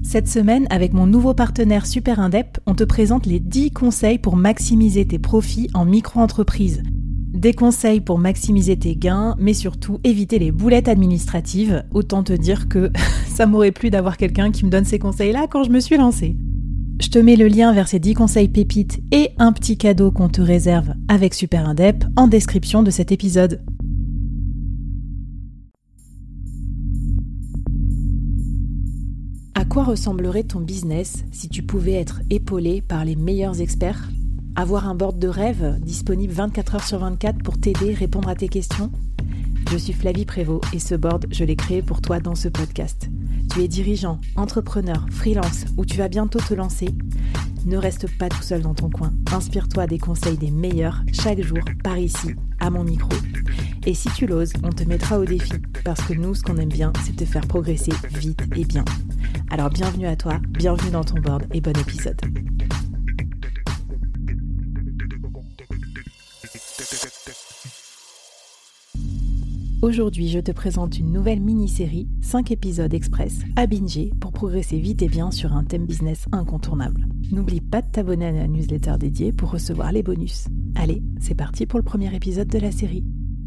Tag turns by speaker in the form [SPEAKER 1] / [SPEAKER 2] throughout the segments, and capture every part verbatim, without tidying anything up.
[SPEAKER 1] Cette semaine, avec mon nouveau partenaire Super Indep, on te présente les dix conseils pour maximiser tes profits en micro-entreprise. Des conseils pour maximiser tes gains, mais surtout éviter les boulettes administratives. Autant te dire que ça m'aurait plu d'avoir quelqu'un qui me donne ces conseils-là quand je me suis lancée. Je te mets le lien vers ces dix conseils pépites et un petit cadeau qu'on te réserve avec Super Indep en description de cet épisode. À quoi ressemblerait ton business si tu pouvais être épaulé par les meilleurs experts ? Avoir un board de rêve disponible vingt-quatre heures sur vingt-quatre pour t'aider, répondre à tes questions ? Je suis Flavie Prévost et ce board, je l'ai créé pour toi dans ce podcast. Tu es dirigeant, entrepreneur, freelance ou tu vas bientôt te lancer ? Ne reste pas tout seul dans ton coin. Inspire-toi des conseils des meilleurs chaque jour par ici, à mon micro. Et si tu l'oses, on te mettra au défi parce que nous, ce qu'on aime bien, c'est te faire progresser vite et bien. Alors bienvenue à toi, bienvenue dans ton board et bon épisode. Aujourd'hui, je te présente une nouvelle mini-série, cinq épisodes express à binger pour progresser vite et bien sur un thème business incontournable. N'oublie pas de t'abonner à la newsletter dédiée pour recevoir les bonus. Allez, c'est parti pour le premier épisode de la série.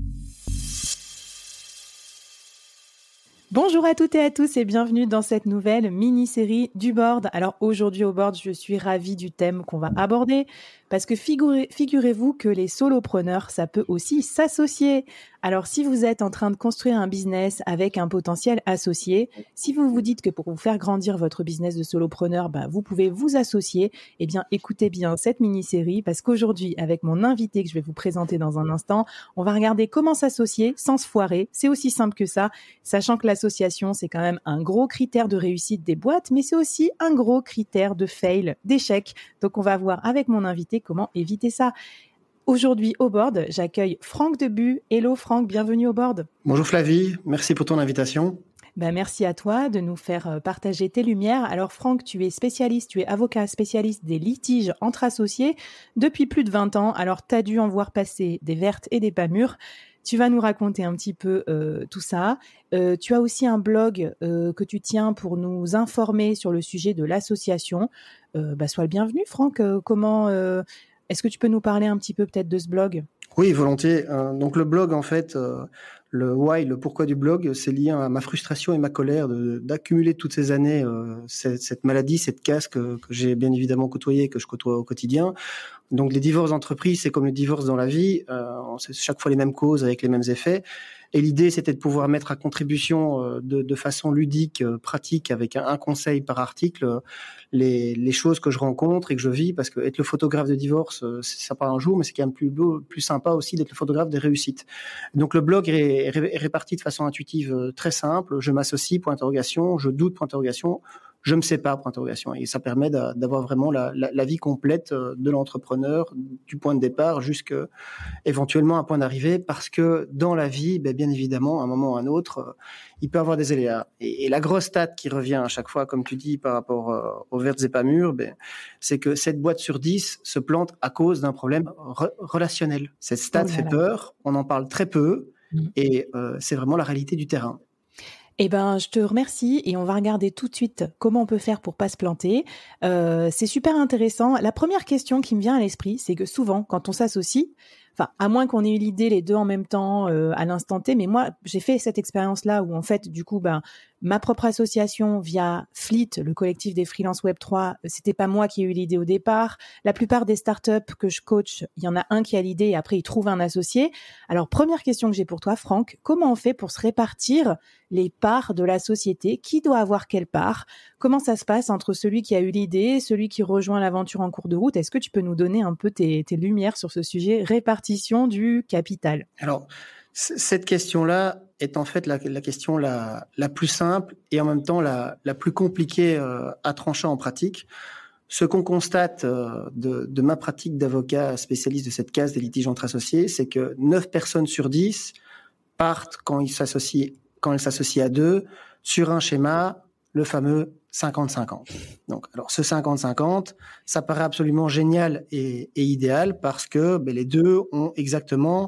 [SPEAKER 1] Bonjour à toutes et à tous et bienvenue dans cette nouvelle mini-série du board. Alors aujourd'hui au board, je suis ravie du thème qu'on va aborder parce que figurez, figurez-vous que les solopreneurs, ça peut aussi s'associer. Alors si vous êtes en train de construire un business avec un potentiel associé, si vous vous dites que pour vous faire grandir votre business de solopreneur, bah, vous pouvez vous associer, eh bien écoutez bien cette mini-série parce qu'aujourd'hui, avec mon invité que je vais vous présenter dans un instant, on va regarder comment s'associer sans se foirer. C'est aussi simple que ça, sachant que l'association, c'est quand même un gros critère de réussite des boîtes, mais c'est aussi un gros critère de fail, d'échec. Donc on va voir avec mon invité comment éviter ça. Aujourd'hui au board, j'accueille Franck Debu. Hello Franck, bienvenue au board.
[SPEAKER 2] Bonjour Flavie, merci pour ton invitation.
[SPEAKER 1] Ben merci à toi de nous faire partager tes lumières. Alors Franck, tu es spécialiste, tu es avocat spécialiste des litiges entre associés depuis plus de vingt ans. Alors tu as dû en voir passer des vertes et des pas mûres. Tu vas nous raconter un petit peu euh, tout ça. Euh, tu as aussi un blog euh, que tu tiens pour nous informer sur le sujet de l'association. Euh, bah, sois le bienvenu Franck. Euh, comment euh, est-ce que tu peux nous parler un petit peu peut-être de ce blog ?
[SPEAKER 2] Oui, volontiers. Euh, donc le blog, en fait, euh, le why, le pourquoi du blog, c'est lié à ma frustration et ma colère de, d'accumuler toutes ces années euh, cette, cette maladie, cette casse que, que j'ai bien évidemment côtoyée, que je côtoie au quotidien. Donc les divorces d'entreprise, c'est comme le divorce dans la vie, euh, c'est chaque fois les mêmes causes avec les mêmes effets. Et l'idée, c'était de pouvoir mettre à contribution euh, de, de façon ludique, euh, pratique, avec un, un conseil par article, euh, les, les choses que je rencontre et que je vis, parce que être le photographe de divorce, euh, c'est sympa un jour, mais c'est quand même plus beau, plus sympa aussi d'être le photographe des réussites. Donc le blog est, est réparti de façon intuitive, euh, très simple. Je m'associe, point d'interrogation, je doute, point d'interrogation. Je me sépare, point d'interrogation. Et ça permet d'avoir vraiment la, la, la vie complète de l'entrepreneur, du point de départ jusqu'à éventuellement un point d'arrivée, parce que dans la vie, ben, bien évidemment, à un moment ou à un autre, il peut y avoir des aléas. Et, et la grosse stat qui revient à chaque fois, comme tu dis, par rapport euh, aux vertes et pas mûres, ben, c'est que sept boîtes sur dix se plantent à cause d'un problème re- relationnel. Cette stat oh fait peur, on en parle très peu, mmh. et euh, c'est vraiment la réalité du terrain.
[SPEAKER 1] Eh ben, je te remercie et on va regarder tout de suite comment on peut faire pour pas se planter. Euh, c'est super intéressant. La première question qui me vient à l'esprit, c'est que souvent, quand on s'associe, enfin, à moins qu'on ait eu l'idée les deux en même temps euh, à l'instant T, mais moi, j'ai fait cette expérience-là où en fait, du coup, ben, ma propre association via Fleet, le collectif des freelance web trois, c'était pas moi qui ai eu l'idée au départ. La plupart des startups que je coach, il y en a un qui a l'idée et après il trouve un associé. Alors, première question que j'ai pour toi, Franck, comment on fait pour se répartir les parts de la société? Qui doit avoir quelle part? Comment ça se passe entre celui qui a eu l'idée, celui qui rejoint l'aventure en cours de route? Est-ce que tu peux nous donner un peu tes, tes lumières sur ce sujet, répartition du capital?
[SPEAKER 2] Alors, cette question-là est en fait la, la question la, la plus simple et en même temps la, la plus compliquée euh, à trancher en pratique. Ce qu'on constate euh, de, de ma pratique d'avocat spécialiste de cette case des litiges entre associés, c'est que neuf personnes sur dix partent quand ils s'associent, quand elles s'associent à deux sur un schéma, le fameux cinquante cinquante. Donc, alors ce cinquante cinquante, ça paraît absolument génial et, et idéal parce que ben, les deux ont exactement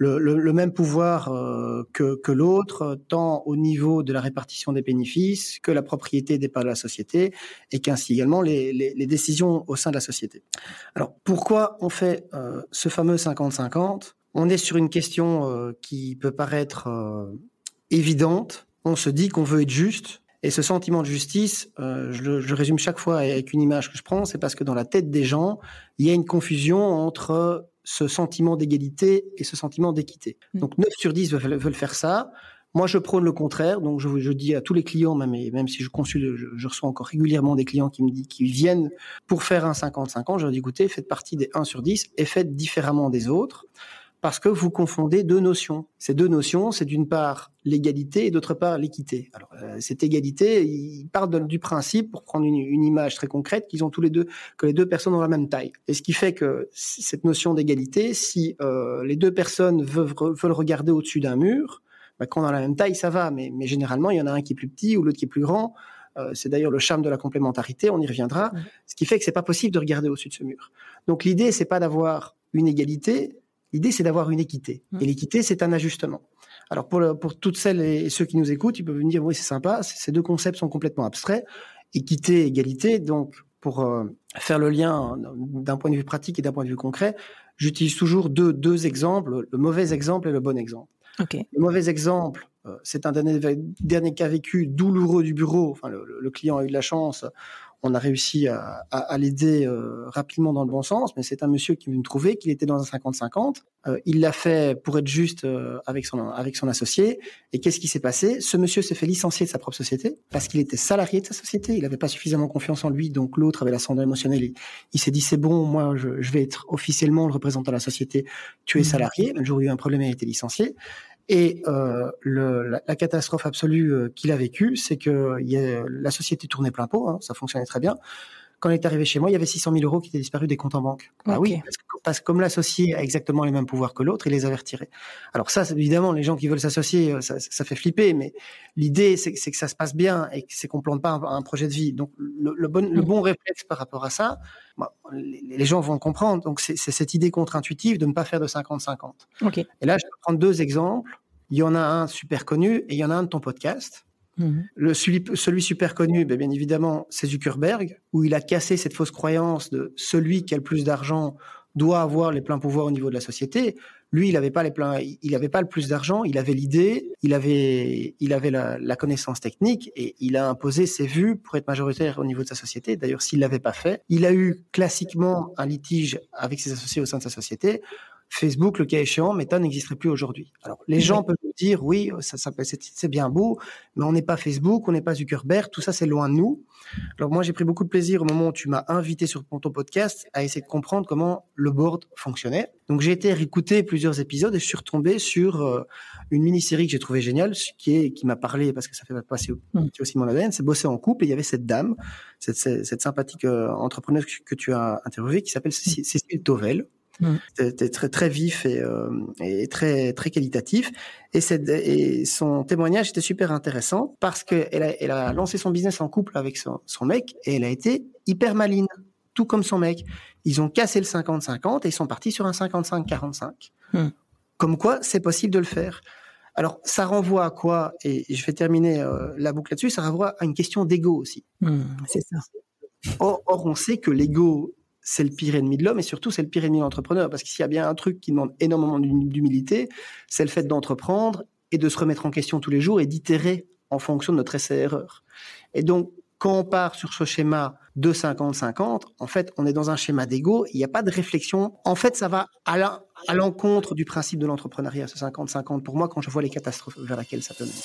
[SPEAKER 2] le, le, le même pouvoir euh, que, que l'autre, tant au niveau de la répartition des bénéfices que la propriété des parts de la société, et qu'ainsi également les, les, les décisions au sein de la société. Alors, pourquoi on fait euh, ce fameux cinquante cinquante ? On est sur une question euh, qui peut paraître euh, évidente. On se dit qu'on veut être juste. Et ce sentiment de justice, euh, je, le, je résume chaque fois avec une image que je prends, c'est parce que dans la tête des gens, il y a une confusion entre ce sentiment d'égalité et ce sentiment d'équité. Mmh. Donc neuf sur dix veulent, veulent faire ça. Moi, je prône le contraire. Donc je, je dis à tous les clients, même, et même si je consulte, je, je reçois encore régulièrement des clients qui me disent, qui viennent pour faire un cinquante cinquante, je leur dis, écoutez, faites partie des un sur dix et faites différemment des autres. Parce que vous confondez deux notions. Ces deux notions, c'est d'une part l'égalité et d'autre part l'équité. Alors, euh, cette égalité, ils partent de, du principe, pour prendre une, une image très concrète, qu'ils ont tous les deux, que les deux personnes ont la même taille. Et ce qui fait que cette notion d'égalité, si euh, les deux personnes veulent, veulent regarder au-dessus d'un mur, bah, quand on a la même taille, ça va. Mais, mais généralement, il y en a un qui est plus petit ou l'autre qui est plus grand. Euh, c'est d'ailleurs le charme de la complémentarité, on y reviendra. Mmh. Ce qui fait que c'est pas possible de regarder au-dessus de ce mur. Donc l'idée, c'est pas d'avoir une égalité. L'idée, c'est d'avoir une équité. Et l'équité, c'est un ajustement. Alors, pour, le, pour toutes celles et ceux qui nous écoutent, ils peuvent me dire, oui, c'est sympa, ces deux concepts sont complètement abstraits. Équité, égalité, donc, pour euh, faire le lien d'un point de vue pratique et d'un point de vue concret, j'utilise toujours deux, deux exemples, le mauvais exemple et le bon exemple.
[SPEAKER 1] Okay.
[SPEAKER 2] Le mauvais exemple, euh, c'est un dernier, dernier cas vécu douloureux du bureau. Enfin, le, le client a eu de la chance. On a réussi à, à, à l'aider euh, rapidement dans le bon sens, mais c'est un monsieur qui veut me trouver qu'il était dans un cinquante cinquante. Euh, il l'a fait pour être juste euh, avec son avec son associé. Et qu'est-ce qui s'est passé ? Ce monsieur s'est fait licencier de sa propre société parce qu'il était salarié de sa société. Il n'avait pas suffisamment confiance en lui, donc l'autre avait l'ascendant émotionnel. Il, il s'est dit, c'est bon, moi je, je vais être officiellement le représentant de la société. Tu es salarié. Le jour où il y a eu un problème, il a été licencié. Et euh, le, la, la catastrophe absolue euh, qu'il a vécue, c'est que y a, la société tournait plein pot, hein, ça fonctionnait très bien. Quand il est arrivé chez moi, il y avait six cent mille euros qui étaient disparus des comptes en banque. Okay. Ah oui, parce que, parce que comme l'associé a exactement les mêmes pouvoirs que l'autre, il les avait retirés. Alors ça, c'est, évidemment, les gens qui veulent s'associer, ça, ça fait flipper, mais l'idée, c'est, c'est que ça se passe bien et que c'est qu'on plante pas un, un projet de vie. Donc le, le, bon, mmh. le bon réflexe par rapport à ça, bah, les, les gens vont le comprendre. Donc c'est, c'est cette idée contre-intuitive de ne pas faire de cinquante cinquante.
[SPEAKER 1] Okay.
[SPEAKER 2] Et là, je vais prendre deux exemples. Il y en a un super connu et il y en a un de ton podcast. Mmh. Le, celui, celui super connu, bien, bien évidemment, c'est Zuckerberg, où il a cassé cette fausse croyance de celui qui a le plus d'argent doit avoir les pleins pouvoirs au niveau de la société. Lui, il n'avait pas les pleins, il n'avait pas le plus d'argent, il avait l'idée, il avait, il avait la, la connaissance technique et il a imposé ses vues pour être majoritaire au niveau de sa société. D'ailleurs, s'il l'avait pas fait, il a eu classiquement un litige avec ses associés au sein de sa société. Facebook, le cas échéant, Meta n'existerait plus aujourd'hui. Alors, les oui. gens peuvent nous dire, oui, ça, ça, c'est, c'est bien beau, mais on n'est pas Facebook, on n'est pas Zuckerberg, tout ça, c'est loin de nous. Alors, moi, j'ai pris beaucoup de plaisir au moment où tu m'as invité sur ton podcast à essayer de comprendre comment le board fonctionnait. Donc, j'ai été réécouter plusieurs épisodes et je suis retombé sur euh, une mini-série que j'ai trouvée géniale, qui, est, qui m'a parlé, parce que ça fait passer mmh. aussi mon A D N, c'est Bosser en couple, et il y avait cette dame, cette, cette, cette sympathique euh, entrepreneuse que, que tu as interviewée, qui s'appelle Cécile, Cécile Tovel. Mmh. C'était très très vif et, euh, et très très qualitatif et, cette, et son témoignage était super intéressant parce que elle a, elle a lancé son business en couple avec son, son mec et elle a été hyper maline, tout comme son mec. Ils ont cassé le cinquante cinquante et ils sont partis sur un cinquante-cinq quarante-cinq. Mmh. Comme quoi, c'est possible de le faire. Alors, ça renvoie à quoi ? Et je vais terminer euh, la boucle là-dessus. Ça renvoie à une question d'ego aussi.
[SPEAKER 1] Mmh, c'est ça.
[SPEAKER 2] Or, or, on sait que l'ego, c'est le pire ennemi de l'homme et surtout c'est le pire ennemi de l'entrepreneur parce que s'il y a bien un truc qui demande énormément d'humilité, c'est le fait d'entreprendre et de se remettre en question tous les jours et d'itérer en fonction de notre essai-erreur. Et donc, quand on part sur ce schéma de cinquante cinquante, en fait, on est dans un schéma d'ego, il n'y a pas de réflexion. En fait, ça va à, la, à l'encontre du principe de l'entrepreneuriat, ce cinquante cinquante, pour moi, quand je vois les catastrophes vers lesquelles ça peut mener.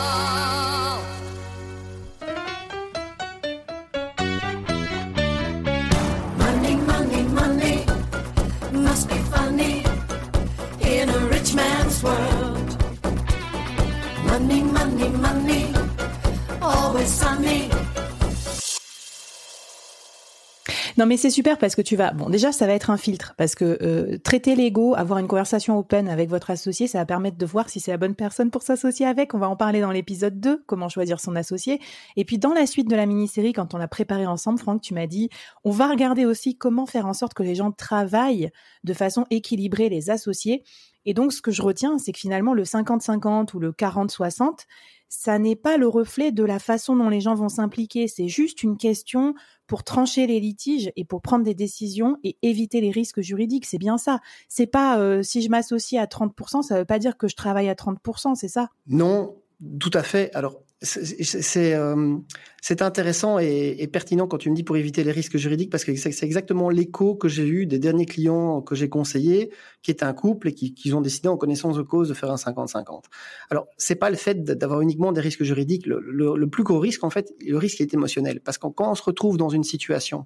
[SPEAKER 3] Must be funny in a rich man's world. Money, money, money, always sunny.
[SPEAKER 1] Non mais c'est super parce que tu vas... Bon déjà ça va être un filtre parce que euh, traiter l'ego, avoir une conversation open avec votre associé, ça va permettre de voir si c'est la bonne personne pour s'associer avec. On va en parler dans l'épisode deux, comment choisir son associé. Et puis dans la suite de la mini-série, quand on l'a préparée ensemble, Franck, tu m'as dit, on va regarder aussi comment faire en sorte que les gens travaillent de façon équilibrée les associés. Et donc, ce que je retiens, c'est que finalement, le cinquante cinquante ou le quarante soixante, ça n'est pas le reflet de la façon dont les gens vont s'impliquer. C'est juste une question pour trancher les litiges et pour prendre des décisions et éviter les risques juridiques. C'est bien ça. C'est pas euh, si je m'associe à trente pour cent, ça veut pas dire que je travaille à trente pour cent, c'est ça?
[SPEAKER 2] Non, tout à fait. Alors, c'est, c'est, euh, c'est intéressant et, et pertinent quand tu me dis pour éviter les risques juridiques, parce que c'est, c'est exactement l'écho que j'ai eu des derniers clients que j'ai conseillés, qui étaient un couple et qui, qui ont décidé en connaissance de cause de faire un cinquante cinquante. Alors, c'est pas le fait d'avoir uniquement des risques juridiques. Le, le, le plus gros risque, en fait, le risque est émotionnel. Parce que quand on se retrouve dans une situation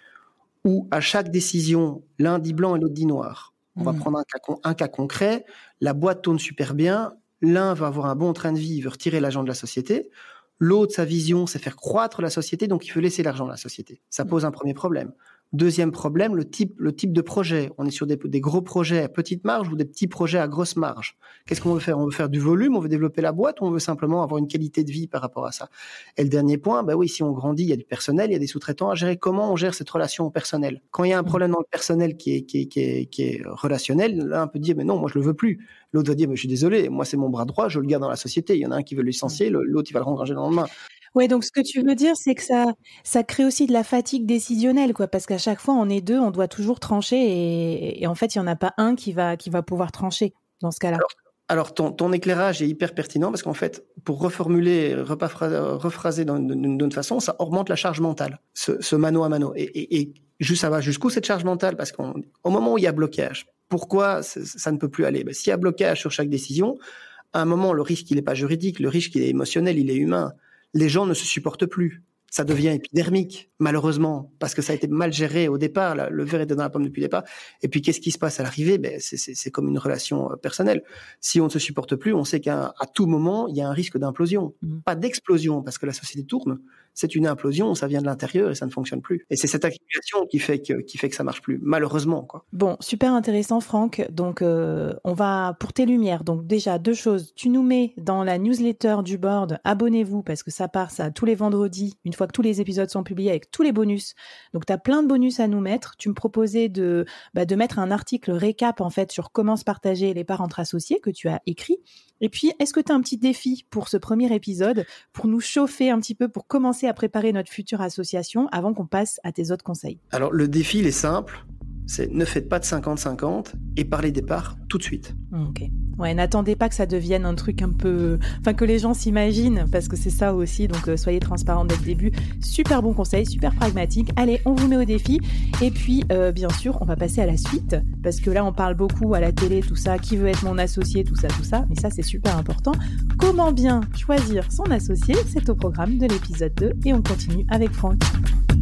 [SPEAKER 2] où à chaque décision, l'un dit blanc et l'autre dit noir, on mmh. va prendre un cas, un cas concret, la boîte tourne super bien, l'un va avoir un bon train de vie, il veut retirer l'argent de la société. L'autre, sa vision, c'est faire croître la société, donc il veut laisser l'argent de la société. Ça pose un premier problème. Deuxième problème, le type, le type de projet. On est sur des, des gros projets à petite marge ou des petits projets à grosse marge. Qu'est-ce qu'on veut faire? On veut faire du volume, on veut développer la boîte, ou on veut simplement avoir une qualité de vie par rapport à ça? Et le dernier point, bah oui, si on grandit, il y a du personnel, il y a des sous-traitants à gérer. Comment on gère cette relation personnelle? Quand il y a un problème dans le personnel qui est, qui est, qui est, qui est relationnel, l'un peut dire, mais non, moi je le veux plus. L'autre va dire, mais je suis désolé, moi c'est mon bras droit, je le garde dans la société. Il y en a un qui veut le licencier, l'autre il va le ranger dans le lendemain.
[SPEAKER 1] Ouais, donc ce que tu veux dire, c'est que ça, ça crée aussi de la fatigue décisionnelle, quoi, parce qu'à chaque fois, on est deux, on doit toujours trancher, et, et en fait, il y en a pas un qui va, qui va pouvoir trancher dans ce cas-là.
[SPEAKER 2] Alors, alors ton, ton éclairage est hyper pertinent parce qu'en fait, pour reformuler, rephraser d'une autre façon, ça augmente la charge mentale, ce, ce mano à mano. Et, et, et juste, ça va jusqu'où cette charge mentale? Parce qu'au moment où il y a blocage, pourquoi ça, ça ne peut plus aller? Ben, s'il y a blocage sur chaque décision, à un moment, le risque, il n'est pas juridique, le risque, il est émotionnel, il est humain. Les gens ne se supportent plus. Ça devient épidermique, malheureusement, parce que ça a été mal géré au départ. Là, le verre était dans la pomme depuis le départ. Et puis, qu'est-ce qui se passe à l'arrivée? Ben, c'est, c'est, c'est comme une relation personnelle. Si on ne se supporte plus, on sait qu'à à tout moment, il y a un risque d'implosion. Mmh. Pas d'explosion, parce que la société tourne. C'est une implosion, ça vient de l'intérieur et ça ne fonctionne plus. Et c'est cette accumulation qui fait que, qui fait que ça marche plus, malheureusement, quoi.
[SPEAKER 1] Bon, super intéressant, Franck. Donc, euh, on va pour tes lumières. Donc, déjà, deux choses. Tu nous mets dans la newsletter du board. Abonnez-vous parce que ça part, ça, tous les vendredis, une fois que tous les épisodes sont publiés avec tous les bonus. Donc, tu as plein de bonus à nous mettre. Tu me proposais de, bah, de mettre un article récap, en fait, sur comment se partager les parts entre associés que tu as écrit. Et puis, est-ce que tu as un petit défi pour ce premier épisode, pour nous chauffer un petit peu, pour commencer à préparer notre future association avant qu'on passe à tes autres conseils?
[SPEAKER 2] Alors, le défi, il est simple. C'est ne faites pas de cinquante cinquante et parlez des parts tout de suite.
[SPEAKER 1] Ok. Ouais, n'attendez pas que ça devienne un truc un peu... Enfin, que les gens s'imaginent, parce que c'est ça aussi. Donc, euh, soyez transparents dès le début. Super bon conseil, super pragmatique. Allez, on vous met au défi. Et puis, euh, bien sûr, on va passer à la suite, parce que là, on parle beaucoup à la télé, tout ça. Qui veut être mon associé, tout ça, tout ça. Mais ça, c'est super important. Comment bien choisir son associé? C'est au programme de l'épisode deux. Et on continue avec Franck.